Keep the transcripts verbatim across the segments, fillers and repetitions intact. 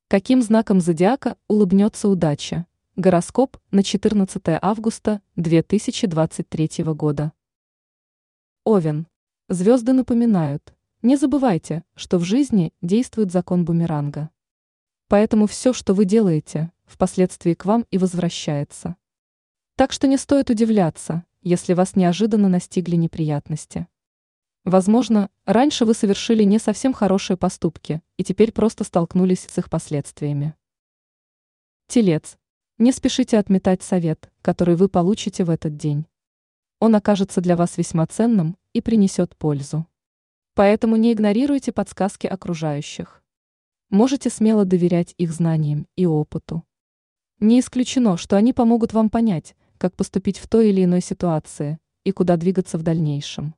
Каким знаком зодиака улыбнется удача? Гороскоп на четырнадцатое августа две тысячи двадцать третьего года. Овен. Звезды напоминают: не забывайте, что в жизни действует закон бумеранга. Поэтому все, что вы делаете, впоследствии к вам и возвращается. Так что не стоит удивляться, если вас неожиданно настигли неприятности. Возможно, раньше вы совершили не совсем хорошие поступки и теперь просто столкнулись с их последствиями. Телец. Не спешите отметать совет, который вы получите в этот день. Он окажется для вас весьма ценным и принесет пользу. Поэтому не игнорируйте подсказки окружающих. Можете смело доверять их знаниям и опыту. Не исключено, что они помогут вам понять, как поступить в той или иной ситуации и куда двигаться в дальнейшем.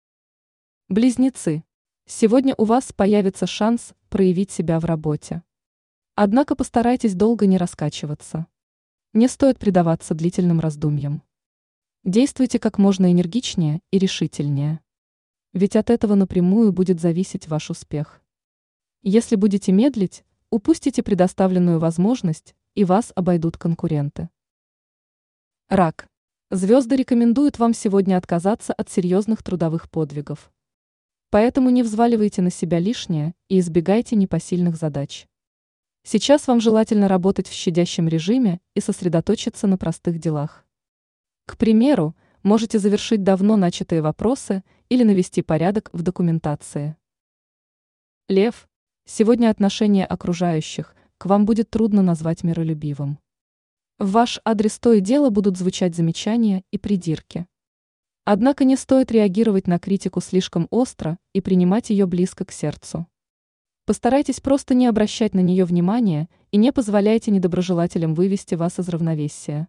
Близнецы. Сегодня у вас появится шанс проявить себя в работе. Однако постарайтесь долго не раскачиваться. Не стоит предаваться длительным раздумьям. Действуйте как можно энергичнее и решительнее. Ведь от этого напрямую будет зависеть ваш успех. Если будете медлить, упустите предоставленную возможность, и вас обойдут конкуренты. Рак. Звезды рекомендуют вам сегодня отказаться от серьезных трудовых подвигов. Поэтому не взваливайте на себя лишнее и избегайте непосильных задач. Сейчас вам желательно работать в щадящем режиме и сосредоточиться на простых делах. К примеру, можете завершить давно начатые вопросы или навести порядок в документации. Лев. Сегодня отношение окружающих к вам будет трудно назвать миролюбивым. В ваш адрес то и дело будут звучать замечания и придирки. Однако не стоит реагировать на критику слишком остро и принимать ее близко к сердцу. Постарайтесь просто не обращать на нее внимания и не позволяйте недоброжелателям вывести вас из равновесия.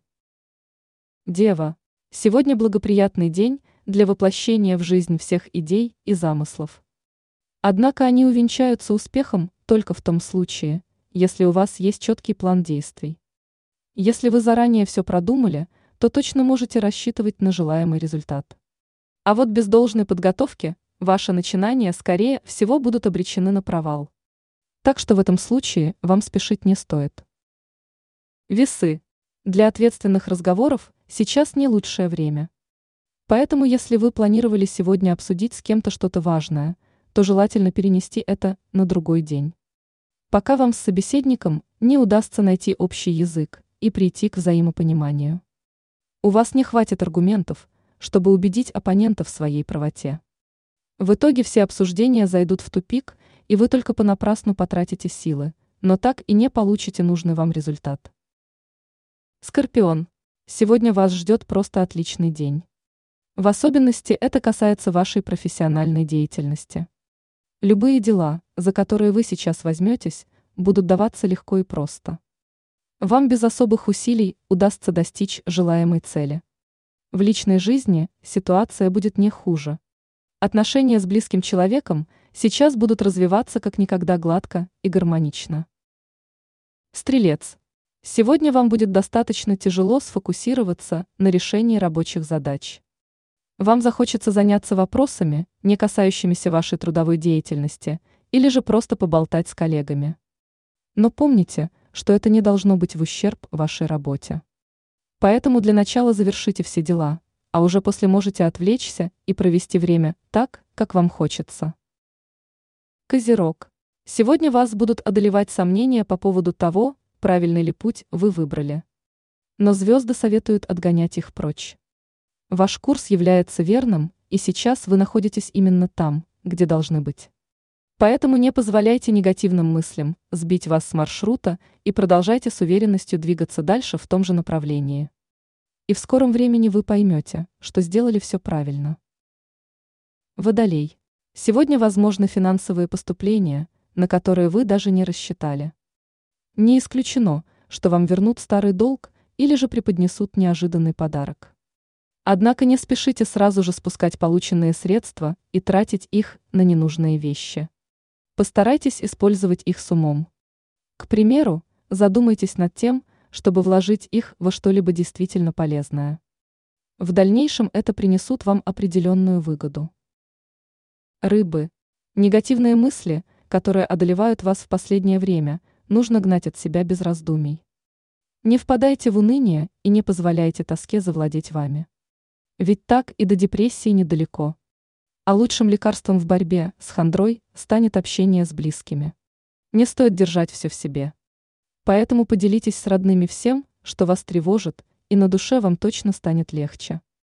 Дева. Сегодня благоприятный день для воплощения в жизнь всех идей и замыслов. Однако они увенчаются успехом только в том случае, если у вас есть четкий план действий. Если вы заранее все продумали, то точно можете рассчитывать на желаемый результат. А вот без должной подготовки ваши начинания, скорее всего, будут обречены на провал. Так что в этом случае вам спешить не стоит. Весы. Для ответственных разговоров сейчас не лучшее время. Поэтому, если вы планировали сегодня обсудить с кем-то что-то важное, то желательно перенести это на другой день. Пока вам с собеседником не удастся найти общий язык и прийти к взаимопониманию. У вас не хватит аргументов, чтобы убедить оппонента в своей правоте. В итоге все обсуждения зайдут в тупик, и вы только понапрасну потратите силы, но так и не получите нужный вам результат. Скорпион. Сегодня вас ждет просто отличный день. В особенности это касается вашей профессиональной деятельности. Любые дела, за которые вы сейчас возьметесь, будут даваться легко и просто. Вам без особых усилий удастся достичь желаемой цели. В личной жизни ситуация будет не хуже. Отношения с близким человеком сейчас будут развиваться как никогда гладко и гармонично. Стрелец. Сегодня вам будет достаточно тяжело сфокусироваться на решении рабочих задач. Вам захочется заняться вопросами, не касающимися вашей трудовой деятельности, или же просто поболтать с коллегами. Но помните, что это не должно быть в ущерб вашей работе. Поэтому для начала завершите все дела, а уже после можете отвлечься и провести время так, как вам хочется. Козерог. Сегодня вас будут одолевать сомнения по поводу того, правильный ли путь вы выбрали. Но звезды советуют отгонять их прочь. Ваш курс является верным, и сейчас вы находитесь именно там, где должны быть. Поэтому не позволяйте негативным мыслям сбить вас с маршрута и продолжайте с уверенностью двигаться дальше в том же направлении. И в скором времени вы поймете, что сделали все правильно. Водолей. Сегодня возможны финансовые поступления, на которые вы даже не рассчитали. Не исключено, что вам вернут старый долг или же преподнесут неожиданный подарок. Однако не спешите сразу же спускать полученные средства и тратить их на ненужные вещи. Постарайтесь использовать их с умом. К примеру, задумайтесь над тем, чтобы вложить их во что-либо действительно полезное. В дальнейшем это принесут вам определенную выгоду. Рыбы. Негативные мысли, которые одолевают вас в последнее время, нужно гнать от себя без раздумий. Не впадайте в уныние и не позволяйте тоске завладеть вами. Ведь так и до депрессии недалеко. А лучшим лекарством в борьбе с хандрой станет общение с близкими. Не стоит держать все в себе. Поэтому поделитесь с родными всем, что вас тревожит, и на душе вам точно станет легче.